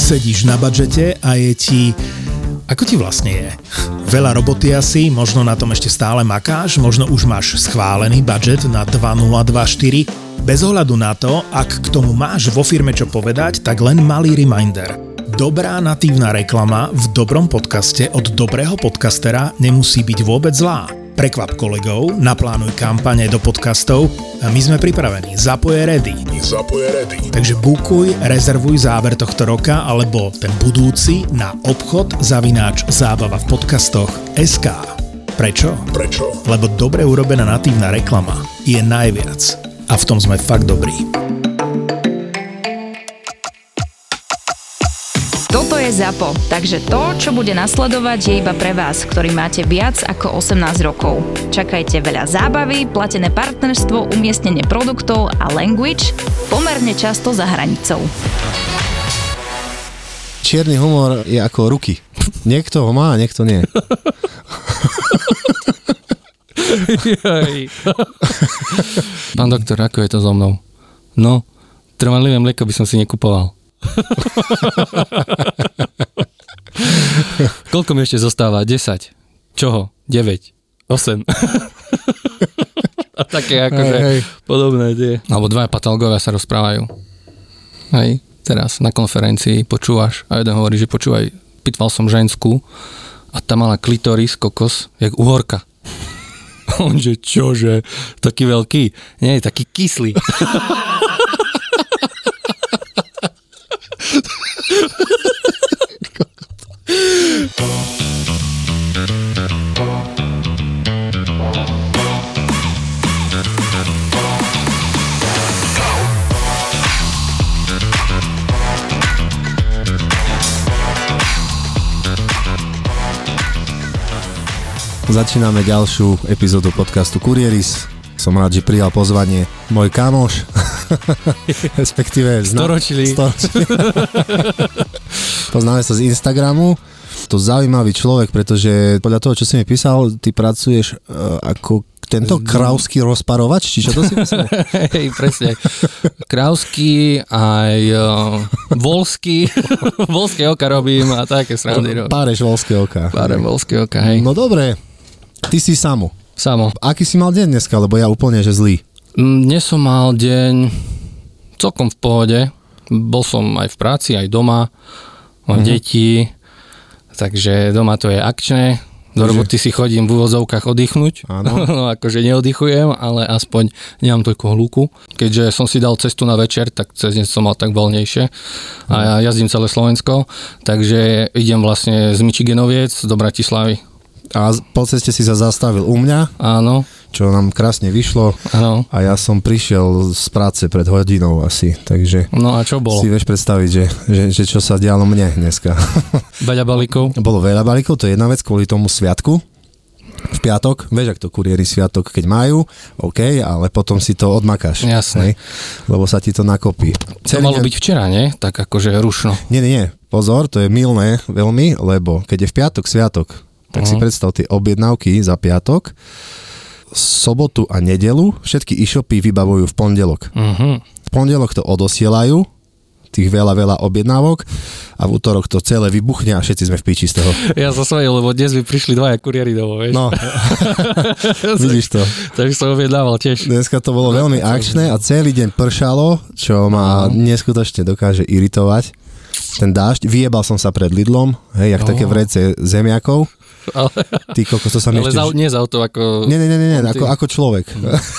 Sedíš na budžete a je ti... Ako ti vlastne je? Veľa roboty asi, možno na tom ešte stále makáš, možno už máš schválený budžet na 2024. Bez ohľadu na to, ak k tomu máš vo firme čo povedať, tak len malý reminder. Dobrá natívna reklama v dobrom podcaste od dobrého podcastera nemusí byť vôbec zlá. Prekvap kolegov, naplánuj kampane do podcastov a my sme pripravení. Zapoje ready. Takže bukuj, rezervuj záver tohto roka alebo ten budúci na obchod@zábava v podcastoch.sk. Prečo? Lebo dobre urobená natívna reklama je najviac. A v tom sme fakt dobrí. Toto je ZAPO, takže to, čo bude nasledovať, je iba pre vás, ktorí máte viac ako 18 rokov. Čakajte veľa zábavy, platené partnerstvo, umiestnenie produktov a language pomerne často za hranicou. Čierny humor je ako ruky. Niekto ho má a niekto nie. Pán doktor, ako je to so mnou? No, trvanlivé mlieko by som si nekupoval. Koľko mi ešte zostáva? 10. Čoho? 9. 8. A také akože podobné tie. Alebo dvaja patológovia sa rozprávajú. Hej, teraz na konferencii počúvaš a jeden hovorí, že počúvaj, pitval som ženskú a tá mala klitoris, kokos, jak uhorka. On, že čože? Taký veľký? Nie, taký kyslý. Začíname ďalšiu epizódu podcastu Kurieris. Som rád, že prijal pozvanie môj kamoš, respektíve Storočilý. Poznáme sa z Instagramu. To zaujímavý človek, pretože podľa toho, čo si mi písal, ty pracuješ ako tento krauský rozparovač, či čo to si myslel? Hej, presne. Krauský, aj volský. Volské oka robím a také srandy. Páreš volské oka. Párem volské oka, hej. No dobre, ty si Samo. Samo. Aký si mal deň dneska, lebo ja úplne, že zlý. Dnes som mal deň celkom v pohode. Bol som aj v práci, aj doma. Mám deti, takže doma to je akčné. Do roboty si chodím v úvodzovkách oddychnúť. Áno. No akože neoddychujem, ale aspoň nemám toľko hluku. Keďže som si dal cestu na večer, tak cez deň som mal tak voľnejšie. A ja jazdím celé Slovensko, takže idem vlastne z Michiganoviec do Bratislavy. A po ceste si sa zastavil u mňa. Áno. Čo nám krásne vyšlo. Áno. A ja som prišiel z práce pred hodinou asi, takže... No a čo bolo? Si vieš predstaviť, že čo sa dialo mne dneska. Veľa balíkov? Bolo veľa balíkov, to je jedna vec kvôli tomu sviatku. V piatok, vieš, ak to kuriéri sviatok, keď majú, OK, ale potom si to odmakáš. Jasné. Lebo sa ti to nakopí. To malo byť včera, nie? Tak akože rušno. Nie. Pozor, to je mylné veľmi, lebo keď je v piatok sviatok, tak si predstav tie objednávky za piatok, sobotu a nedelu, všetky e-shopy vybavujú v pondelok. V pondelok to odosielajú, tých veľa objednávok a v útorok to celé vybuchne a všetci sme v piči z toho. Ja sa svojil, lebo dnes by prišli dvaja kuriéri domov, vieš. No, vidíš to. Takže som objednával tiež. Dneska to bolo veľmi akčné a celý deň pršalo, čo ma neskutočne dokáže iritovať. Ten dážď, vyjebal som sa pred Lidlom, hej, jak také vrece zemiakov. Ale, ty kokos, to sa mi ale ešte... nie z auto, ako... Nie, ako človek.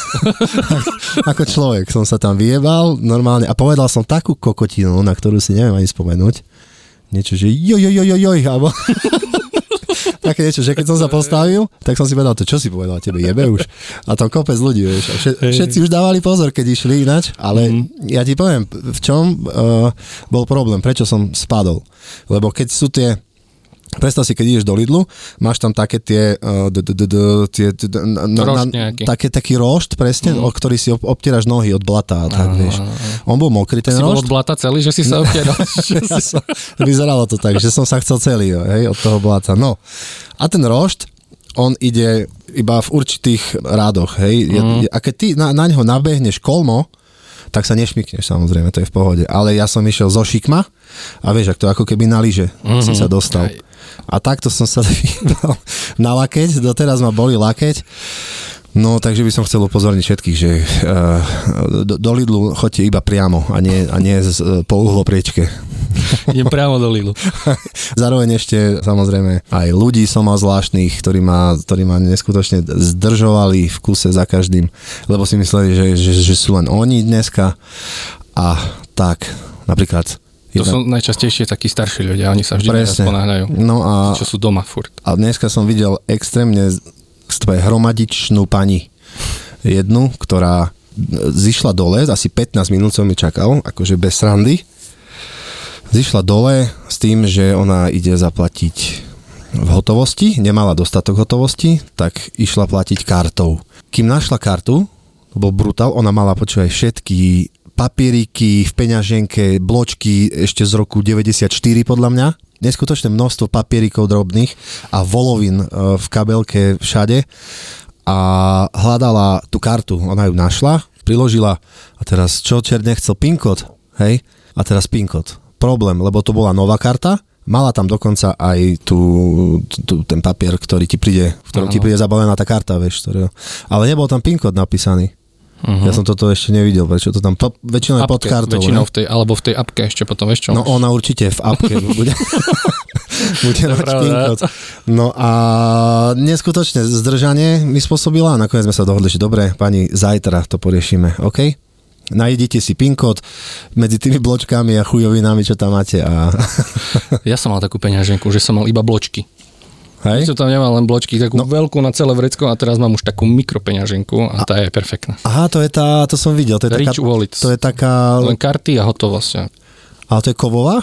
Ako človek som sa tam vyjebal normálne a povedal som takú kokotinu, na ktorú si neviem ani spomenúť. Niečo, že joj, alebo... Také niečo, že keď som sa postavil, tak som si povedal, to čo si povedal, tebe jebe už? A tam kopec ľudí, vieš. Všetci už dávali pozor, keď išli ináč, ale ja ti poviem, v čom bol problém, prečo som spadol. Lebo keď sú tie... Predstav si, keď ideš do Lidlu, máš tam také tie taký rošt, presne, o ktorý si obtieraš nohy od blata, tak vieš. On bol mokrý, ten rošt. Si bol od blata celý, že si sa obtieral? Vyzeralo to tak, že som sa chcel celý, hej, od toho blata. No. A ten rošt, on ide iba v určitých rádoch, hej. A keď ty na ňo nabehneš kolmo, tak sa nešmykneš, samozrejme, to je v pohode. Ale ja som išiel zo šikma a vieš, ak to ako keby na lyže si sa dostal. A takto som sa vyhýbal na lakeť, doteraz ma boli lakeť. No, takže by som chcel upozorniť všetkých, že do Lidlu choďte iba priamo a nie po uhlopriečke. Idem priamo do Lidlu. Zároveň ešte, samozrejme, aj ľudí som mal zvláštnych, ktorí ma neskutočne zdržovali v kuse za každým, lebo si mysleli, že sú len oni dneska a tak, napríklad. To sú najčastejšie takí starší ľudia, oni sa vždy ponáhľajú, no a, čo sú doma furt. A dneska som videl extrémne hromadičnú pani jednu, ktorá zišla dole, asi 15 minút som mi čakal, akože bez srandy. Zišla dole s tým, že ona ide zaplatiť v hotovosti, nemala dostatok hotovosti, tak išla platiť kartou. Kým našla kartu, to bol brutál, ona mala počúvať všetky papieriky v peňaženke, bločky ešte z roku 94 podľa mňa. Neskutočné množstvo papierikov drobných a volovín v kabelke všade a hľadala tú kartu. Ona ju našla, priložila a teraz čo čert nechcel? PIN kód, hej? A teraz PIN kód. Problém, lebo to bola nová karta, mala tam dokonca aj ten papier, v ktorom ti príde zabalená tá karta, vieš, ale nebol tam PIN kód napísaný. Ja som toto ešte nevidel, prečo to tam väčšinou je pod kartou. Väčšinou alebo v tej appke ešte potom, vieš čo? No ona určite v appke bude mať PIN kód. No a neskutočne zdržanie mi spôsobila a nakoniec sme sa dohodli, že dobre, pani, zajtra to poriešime, OK? Nájdete si PIN kód medzi tými bločkami a chujovinami, čo tam máte. Ja som mal takú peňaženku, že som mal iba bločky. Hej? Som tam nemal len bločky, takú veľkú na celé vrecko a teraz mám už takú mikropeňaženku a tá je perfektná. Aha, to som videl. To je Rich Wallets. To je taká... Len karty a hotovosť. Ale to je kovová?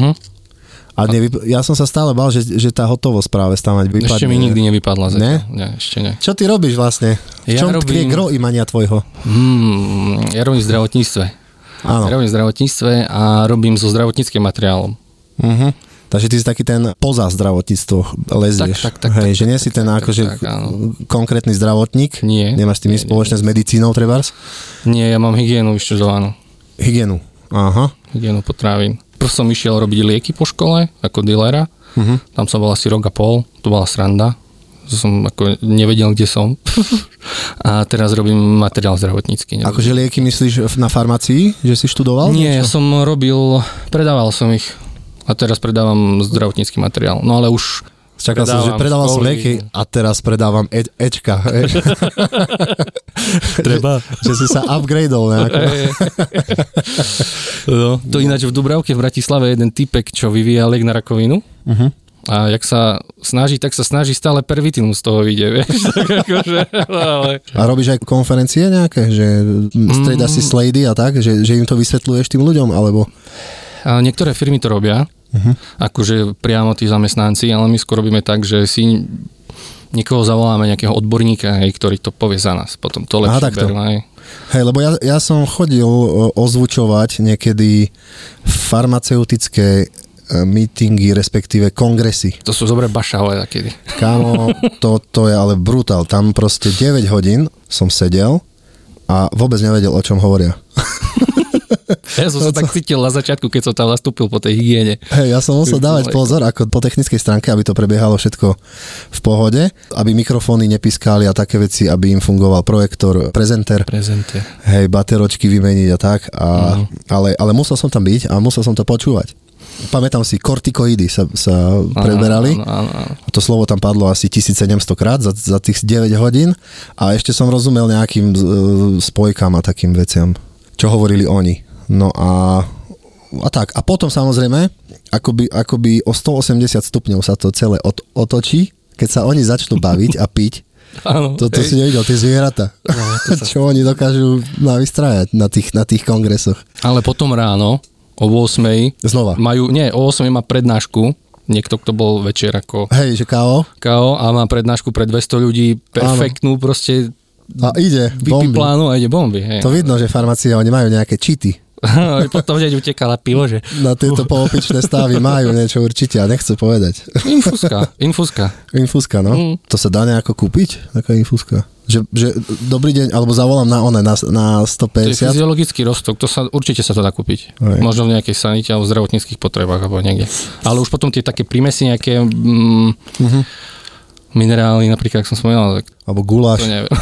A ja som sa stále bál, že tá hotovosť práve stále vypadne. Ešte mi nikdy nevypadla. Nie, ešte nie. Čo ty robíš vlastne? V čom tkvie gro imania tvojho? Ja robím v zdravotníctve. Áno. Ja robím v zdravotníctve a robím so zdravotníckým materiálom. Takže ty si taký ten poza zdravotníctvo lezieš. Tak, že nie si ten akože konkrétny zdravotník? Nie. Nemáš tým spoločné s medicínou trebárs? Nie, ja mám hygienu vyštudovanú. Hygienu, aha. Hygienu potravín. Prv som išiel robiť lieky po škole, ako dealera. Tam som bol asi rok a pol, to bola sranda. Som ako nevedel, kde som. A teraz robím materiál zdravotnícky. Akože lieky myslíš na farmácii, že si študoval? Nie, ja som predával som ich. A teraz predávam zdravotnícky materiál. No ale už čakal som, že predával som lieky a teraz predávam Ečka. Treba. Že si sa upgradeol nejako. No, to ináč v Dubravke v Bratislave je jeden typek, čo vyvíja liek na rakovinu. A jak sa snaží, tak sa snaží stále pervitínu z toho vyjde, vieš. A robíš aj konferencie nejaké? Že striedaš si slajdy a tak? Že im to vysvetľuješ tým ľuďom? Alebo... Niektoré firmy to robia, akože priamo tí zamestnanci, ale my skôr robíme tak, že si niekoho zavoláme, nejakého odborníka, ktorý to povie za nás. Potom to lepšie berú. Hej, lebo ja som chodil ozvučovať niekedy farmaceutické meetingy, respektíve kongresy. To sú dobré bašale takedy. Kámo, to je ale brutál. Tam proste 9 hodín som sedel a vôbec nevedel, o čom hovoria. Ja som sa tak cítil na začiatku, keď som tam nastúpil po tej hygiene. Hej, ja som musel dávať pozor ako po technickej stránke, aby to prebiehalo všetko v pohode, aby mikrofóny nepískali a také veci, aby im fungoval projektor, prezenter. Hej, bateročky vymeniť a tak. Ale musel som tam byť a musel som to počúvať. Pamätám si, kortikoidy sa preberali. A to slovo tam padlo asi 1700 krát za tých 9 hodín a ešte som rozumel nejakým spojkám a takým veciam, čo hovorili oni. No a tak. A potom samozrejme, akoby o 180 stupňov sa to celé otočí, keď sa oni začnú baviť a piť. Áno, toto si nevidel, tie zvieratá. No, čo oni dokážu vystrajať na tých kongresoch. Ale potom ráno o 8:00 znova. O 8:00 má prednášku, niekto, kto bol večer ako... Hej, že KO a má prednášku pre 200 ľudí, perfektnú proste... A ide bomby. Plánu a ide bomby. Hej. To vidno, že farmácie, oni majú nejaké cheaty. Potom hneď utekala pivo, že... Na tieto polopičné stavy majú niečo určite a nechcú povedať. Infúzka, no. To sa dá nejako kúpiť? Taká infúzka? Že dobrý deň, alebo zavolám na 150. To je fyziologický roztok, určite sa to dá kúpiť. Aj. Možno v nejakej sanite alebo v zdravotníckych potrebách alebo niekde. Ale už potom tie také prímesy nejaké minerály, napríklad, ak som spomínal. Tak alebo guláš. To neviem.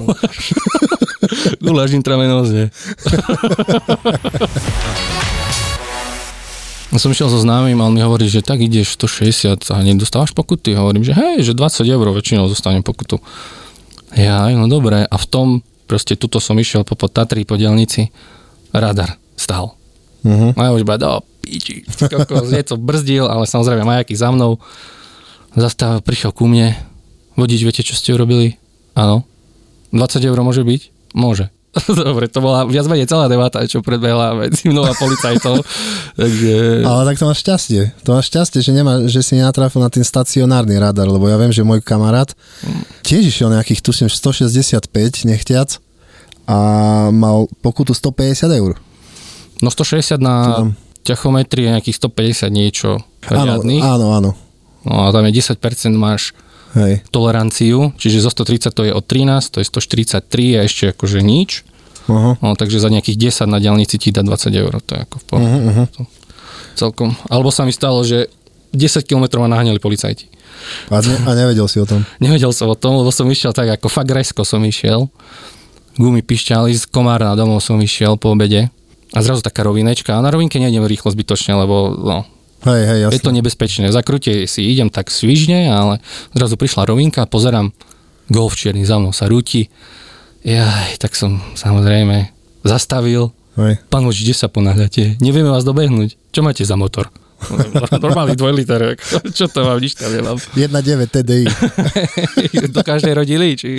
Guláš intravenózne. Som išiel so známym a on mi hovorí, že tak ideš 160 a nedostávaš pokuty. Hovorím, že hej, že 20 € väčšinou zostanem pokutu. Ja, no dobre. A v tom, proste tuto som išiel po Tatry, po diaľnici, radar stál. A ja už do piči. Nieco brzdil, ale samozrejme majaky za mnou. Zastavil, prišiel ku mne. Vodič, viete, čo ste urobili? Áno. 20 € môže byť? Môže. Dobre, to bola viac menej celá debata, čo predbehla medzi mnou a policajtou. Takže... Ale tak to máš šťastie. Že si nenatrafil na ten stacionárny radar, lebo ja viem, že môj kamarát tiež išiel nejakých, tuším, 165 nechtiac a mal pokutu 150 €. No 160 na tachometrii je nejakých 150 niečo riadnych. Áno. No a tam je 10% máš toleranciu, čiže zo 130 to je od 13, to je 143 a ešte akože nič. No, takže za nejakých 10 na diaľnici ti dá 20 €, to je ako v pohode. Celkom. Alebo sa mi stalo, že 10 km ma naháňali policajti. A nevedel si o tom? Nevedel som o tom, lebo som išiel tak ako fakt resko som išiel. Gumy pišťali, z Komárna domov som išiel po obede a zrazu taká rovinečka. A na rovinke nejdem rýchlo zbytočne, lebo Hej, je to nebezpečné. Za krute si idem tak svižne, ale zrazu prišla rovinka, pozerám, Golf čierny za mnou sa rúti. Tak som samozrejme zastavil. Pán vodič, kde sa ponáhľate? Nevieme vás dobehnúť. Čo máte za motor? Normálny 2 liter. Čo to mám? Nič tam nemám. 1.9 TDI. Do každej rodiny? Či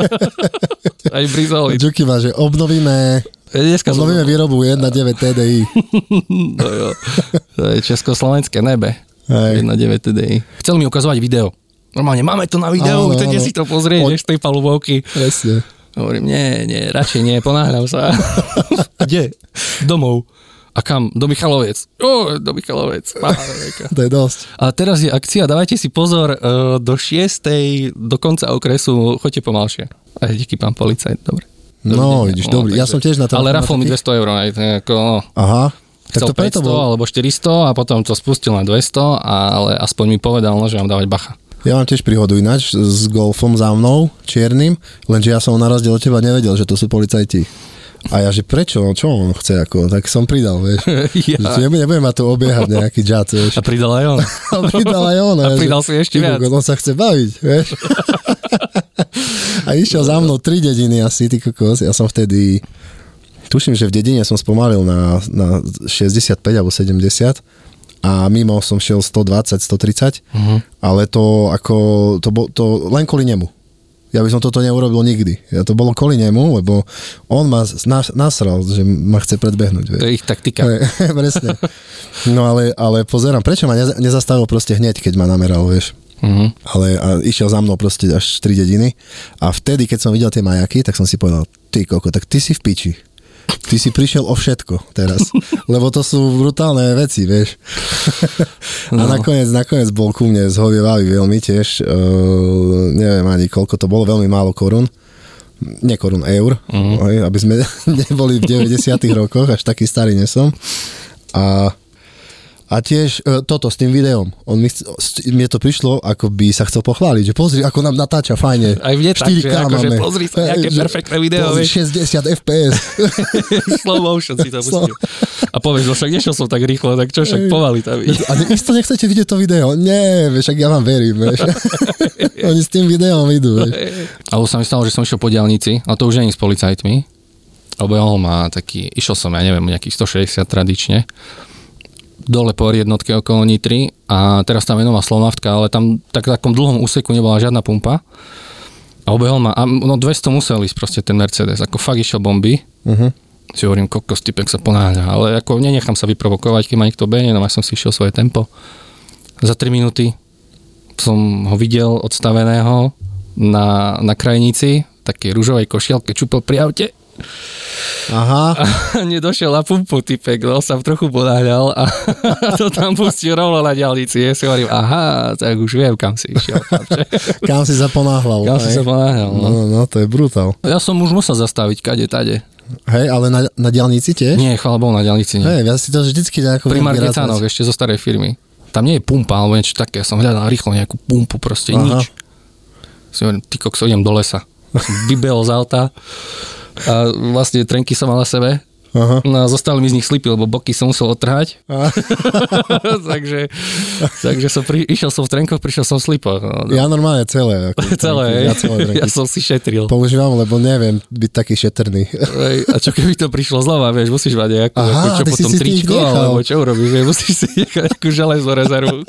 aj brizoli. Džuky má, že obnovíme výrobu 1.9 TDI. No jo. To je československé nebe. 1.9 TDI. Chcel mi ukazovať video. Normálne, máme to na videu, chcete si to pozrieť, z tej palubovky. Presne. Hovorím, nie, radšej nie, ponáhľam sa. Kde? Domov. A kam? Do Michaloviec. Do Michaloviec. To je dosť. A teraz je akcia, dávajte si pozor, do 6. do konca okresu, choďte pomalšie. A díky, pán policajt, dobre. No, vidíš, dobrý. Ja som tiež na to. Ale rafol mi 200 €. Aha. Chcel tak to 500 alebo 400 a potom to spustil na 200, ale aspoň mi povedal, že mám dávať bacha. Ja mám tiež príhodu ináč s Golfom za mnou, čiernym, lenže ja som na rozdiel od teba nevedel, že to sú policajti. A ja, že prečo? Čo on chce? Tak som pridal, vieš. Nebudem ma tu obiehať nejaký džat, vieš. A pridal aj on. A pridal si ešte viac. On sa chce baviť, vieš. A išiel za mnou 3 dediny asi, ty kokos. Ja som vtedy, tuším, že v dedine som spomalil na 65 alebo 70 a mimo som šiel 120, 130, ale to len kvôli nemu. Ja by som toto neurobil nikdy. To bolo kvôli nemu, lebo on ma nasral, že ma chce predbehnúť. Vieš. To je ich taktika. Presne. No ale pozerám, prečo ma nezastavil proste hneď, keď ma nameral, vieš. Ale išiel za mnou proste až 3 dediny a vtedy, keď som videl tie majaky, tak som si povedal, ty koko, tak ty si v piči. Ty si prišiel o všetko teraz, lebo to sú brutálne veci, vieš. A nakoniec bol ku mne zhovievavý veľmi tiež, neviem ani koľko to bolo, veľmi málo korún, nie korún, eur, aby sme neboli v 90 rokoch, až taký starý nesom. A tiež toto s tým videom. Mne to prišlo, ako by sa chcel pochváliť, že pozri, ako nám natáča fajne. Aj mne tak, že akože pozri sa, nejaké perfektné video. 60 FPS. Slow motion si to pustil. A povieš, však nešiel som tak rýchlo, tak čo, však pomaly tam vidieť. A isto nechcete vidieť to video? Nie, však ja vám verím. Oni s tým videom idú. Alebo sa mi stalo, že som išiel po diaľnici, ale to už nie je s policajtmi. Obehol ma taký, išiel som, ja neviem, nejakých 160 tradične. Dole po jednotke okolo Nitry a teraz tam je nová Slovnaftka, ale tam v takom dlhom úseku nebola žiadna pumpa a obehol ma, 200 musel ísť proste ten Mercedes, ako fakt išiel bomby. Si hovorím, kokos, typek sa ponáhľa, ale ako nenechám sa vyprovokovať, keď ma niekto behne, no ja som si išiel svoje tempo. Za 3 minúty som ho videl odstaveného na krajnici, takej ružovej košielke, čupel pri aute, Aha. A nedošiel na pumpu typek, no sa trochu ponáhľal a to tam pustil rovno na diaľnici. Ja si hovorím, aha, tak už viem, kam si išiel. Kam si sa ponáhľal. Kam si sa ponáhľal, no. No, to je brutál. Ja som už musel zastaviť kade, tade. Hej, ale na diaľnici tiež? Nie, chvála Bohu, na diaľnici nie. Hej, ja si to vždycky nejako... Pri Margecánoch, ešte zo starej firmy. Tam nie je pumpa, alebo niečo také. Ja som hľadal rýchlo nejakú pumpu, proste nič. Si hovorím, ty kokso, idem do lesa. Vybehol z auta a vlastne trenky som mal na sebe. Aha. No a zostali mi z nich slipy, lebo boky som musel odtrhať. takže išiel som v trenkoch, prišiel som v slipoch. No. Ja normálne celé. Celé, ja som si šetril. Používam, lebo neviem byť taký šetrný. A čo keby to prišlo znova, vieš, musíš mať nejakú, čo potom tričko, alebo čo urobíš, vieš, musíš si nechať takú železnú rezervu.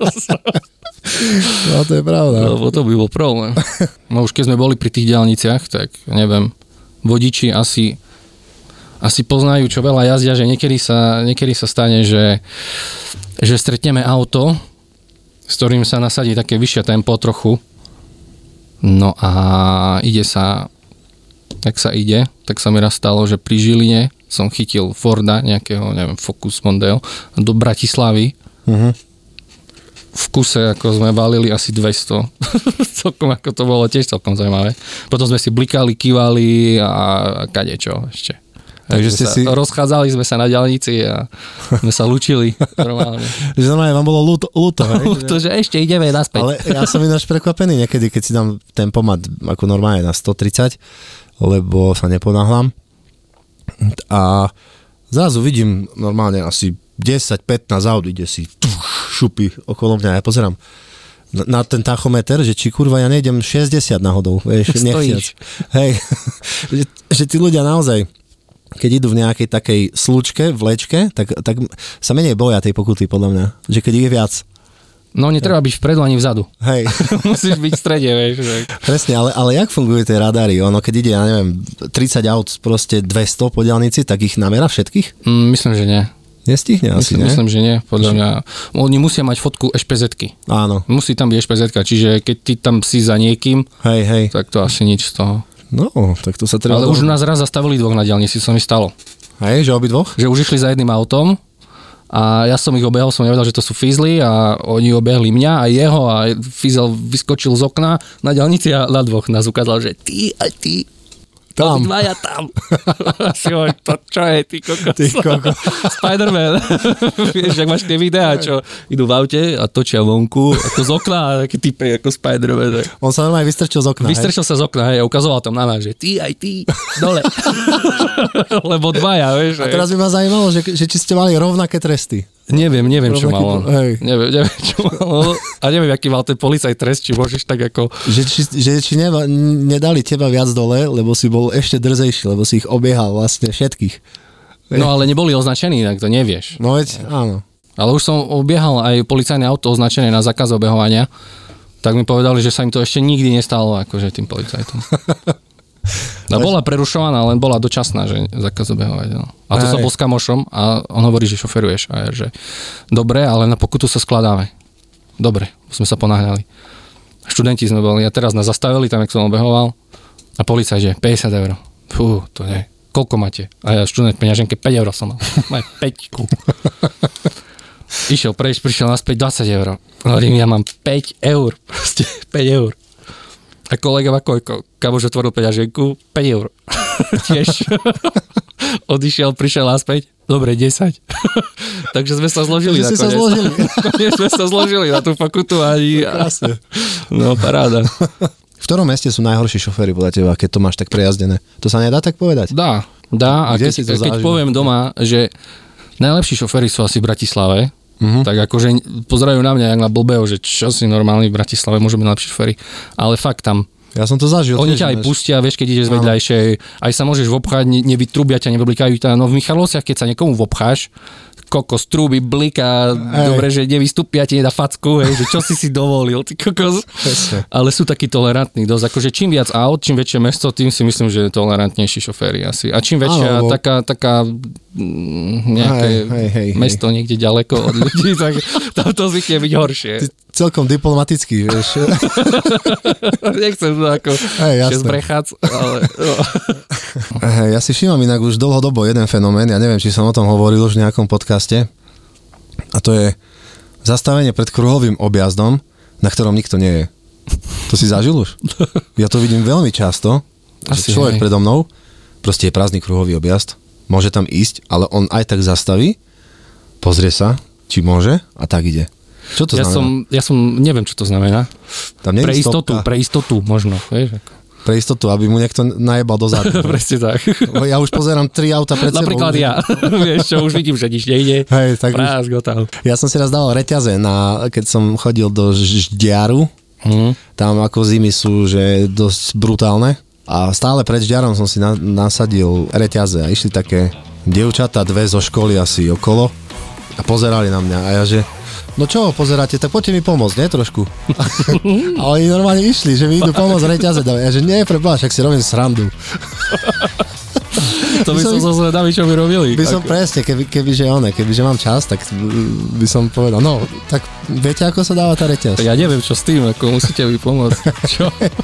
No to je pravda. Lebo to by bol problém. No už keď sme boli pri tých diaľniciach, tak neviem, vodiči asi poznajú, čo veľa jazdia, že niekedy sa stane, že stretneme auto, s ktorým sa nasadí také vyššie tempo trochu. No a ide sa, tak sa mi raz stalo, že pri Žiline som chytil Forda, nejakého, neviem, Focus Mondeo, do Bratislavy. V kuse, ako sme valili asi 200. Celkom, ako to bolo tiež celkom zaujímavé. Potom sme si blikali, kývali a kadečo ešte. Takže rozchádzali sme sa na diaľnici a sme sa lúčili normálne. Že normálne vám bolo ľúto, hej? Ľúto, že ešte ideme naspäť. Ale ja som ináč prekvapený niekedy, keď si dám tempomat ako normálne na 130, lebo sa neponáhľam. A zrazu vidím normálne asi 10-15 aut, ide si šupy okolo mňa. Ja pozerám na ten tachometer, že či kurva ja nejdem 60 náhodou. Vieš, nechciac. Hej, že tí ľudia naozaj keď idú v nejakej takej slučke, vlečke, tak sa menej boja tej pokuty, podľa mňa. Že keď je viac. No, netreba byť vpredu ani vzadu. Hej. Musíš byť v strede, vieš. Presne, ale jak fungujú tie radary? Ono, keď ide, ja neviem, 30 aut, proste 200 po diaľnici, tak ich namera všetkých? Myslím, že nie. Nestihne asi, ne? Myslím, že nie. Podľa mňa, oni musia mať fotku ešpezetky. Áno. Musí tam byť ešpezetka, čiže keď ty tam si za niekým, tak to asi nič z toho. No, tak to sa treba... Ale už nás raz zastavili dvoch na diaľnici, sa mi stalo. Hej, že obidvoch? Že už išli za jedným autom a ja som ich obehol, som nevedel, že to sú fízly a oni obehli mňa a jeho a fízel vyskočil z okna na diaľnici a na dvoch nás ukázal, že ty a ty. Tam. Dvaja tam. Asi hoď, to čo je, ty kokos. Spider-Man. Vieš, ak máš tie videá, čo idú v aute a točia vonku, ako z okna, a taký typek ako Spider-Man. On sa normálne vystrčil z okna. Vystrčil sa z okna, hej, a ukazoval tam na nás, že ty aj ty, dole. Lebo dvaja, vieš. A teraz by ma zaujímalo, že či ste mali rovnaké tresty. Neviem, čo mal on. Neviem, čo mal on. A neviem, aký mal ten policaj trest, či môžeš tak ako... Že či nedali teba viac dole, lebo si bol ešte drzejší, lebo si ich obiehal vlastne všetkých. No ale neboli označení, tak to nevieš. No veď, áno. Ale už som obiehal aj policajné auto označené na zákaz obehovania, tak mi povedali, že sa im to ešte nikdy nestalo, akože tým policajtom. No bola prerušovaná, len bola dočasná, že zákaz obehovať. No. A to som bol s kamošom a on hovorí, že šoferuješ. A ja, že dobre, ale na pokutu sa skladáme. Dobre, sme sa ponáhľali. Študenti sme boli a teraz nás zastavili tam, jak som obehoval a policajt, že 50 eur. Fú, to nie. Koľko máte? A ja študent peňaženke 5 eur som mal. Maj 5. Išiel prejsť, prišiel naspäť 20 eur. Hovorím, ja mám 5 eur. Proste 5 eur. A kolega Makojko, kamož otvoril peňaženku, 5 eur. Tiež. Odišiel, prišiel naspäť, dobre, 10. Takže sme sa zložili nakoniec. Sme sa zložili na tú pokutu ani... Krásne. No, paráda. V ktorom meste sú najhorší šoféry podľa teba, keď to máš tak prejazdené? To sa nedá tak povedať? Dá. A keď poviem doma, že najlepší šoféry sú asi v Bratislave, tak akože pozerajú na mňa jak na blbého, že čo si normálny v Bratislave, môžeme najlepší šoféry. Ale fakt tam. Ja som to zažil. Oni ťa aj pustia, vieš, keď ideš z vedľajšej, aj sa môžeš vobchať, nevytrubia ťa, nevyblikajú ťa. No v Michalovciach, keď sa niekomu vobcháš, kokos, trúby, bliká, dobre, že nevystúpia, ti nedá facku, hej, že čo si dovolil, ty kokos. Ale sú takí tolerantní dosť, akože čím viac aut, čím väčšie mesto, tým si myslím, že je tolerantnejší šoféri asi. A čím väčšia taká nejaké mesto niekde ďaleko od ľudí, tak to zvykne byť horšie. Celkom diplomatický, vieš. Nechcem to ako zbrechať, ale... Ja si všímam inak už dlhodobo jeden fenomén, ja neviem, či som o tom hovoril už v nejakom podcaste, a to je zastavenie pred kruhovým objazdom, na ktorom nikto nie je. To si zažil už? Ja to vidím veľmi často, že človek predo mnou, proste je prázdny kruhový objazd, môže tam ísť, ale on aj tak zastaví, pozrie sa, či môže, a tak ide. Čo to znamená? Ja som, neviem, čo to znamená. Tam pre istotu možno, vieš. Ako. Pre istotu, aby mu niekto najebal dozadu. Presne tak. Ja už pozerám 3 auta pred sebou. Napríklad ja. Vieš čo, už vidím, že nič nejde. Hej, tak Prás, gotav. Ja som si raz dával reťaze, keď som chodil do Žďaru. Tam ako zimy sú, že dosť brutálne. A stále pred Žďarom som si nasadil reťaze a išli také dievčatá, 2 zo školy asi okolo a pozerali na mňa a ja že no čo pozeráte, tak poďte mi pomôcť, nie trošku. A oni normálne išli, že mi idú pomôcť reťaze. Ja že nie, prepáč, ak si robím srandu. To by som zvedavý, čo by robili. By som presne, kebyže mám čas, tak by som povedal, no, tak viete, ako sa dáva tá reťaz? Ja neviem, čo s tým, ako musíte mi pomôcť. Čo?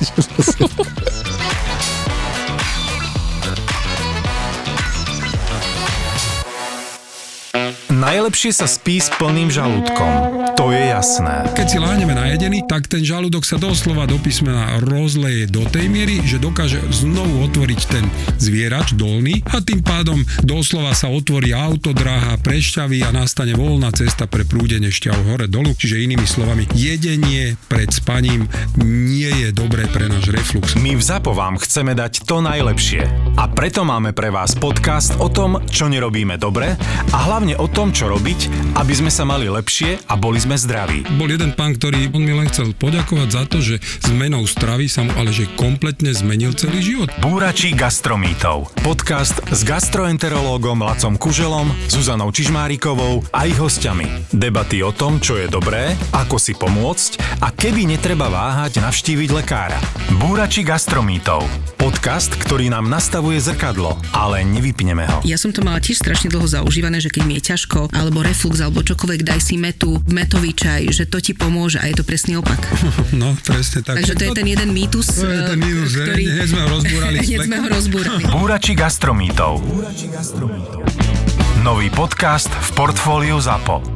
Najlepšie sa spí s plným žalúdkom. To je jasné. Keď si láhneme najedený, tak ten žalúdok sa doslova do písmena rozleje do tej miery, že dokáže znovu otvoriť ten zvierač dolný a tým pádom doslova sa otvorí autodráha, prešťaví a nastane voľná cesta pre prúdenie šťav hore dolu. Čiže inými slovami, jedenie pred spaním nie je dobré pre náš reflux. My v ZAPO vám chceme dať to najlepšie. A preto máme pre vás podcast o tom, čo nerobíme dobre a hlavne o tom, čo robiť, aby sme sa mali lepšie a boli sme zdraví. Bol jeden pán, ktorý on mi len chcel poďakovať za to, že zmenou stravy sa mu ale že kompletne zmenil celý život. Búrači gastromýtov. Podcast s gastroenterológom Lacom Kuželom, Zuzanou Čižmárikovou a ich hostiami. Debaty o tom, čo je dobré, ako si pomôcť a kedy netreba váhať navštíviť lekára. Búrači gastromýtov. Podcast, ktorý nám nastavuje zrkadlo, ale nevypneme ho. Ja som to mala tiež strašne dlho zaužívané, že keď mi je ťažko, alebo reflux, alebo čokoľvek, daj si metový čaj, že to ti pomôže a je to presný opak. No, presne tak. Takže to je ten jeden mýtus, to je ten mýtus, ktorý... Hneď sme ho rozbúrali. Búrači gastromýtov. Nový podcast v portfóliu ZAPO.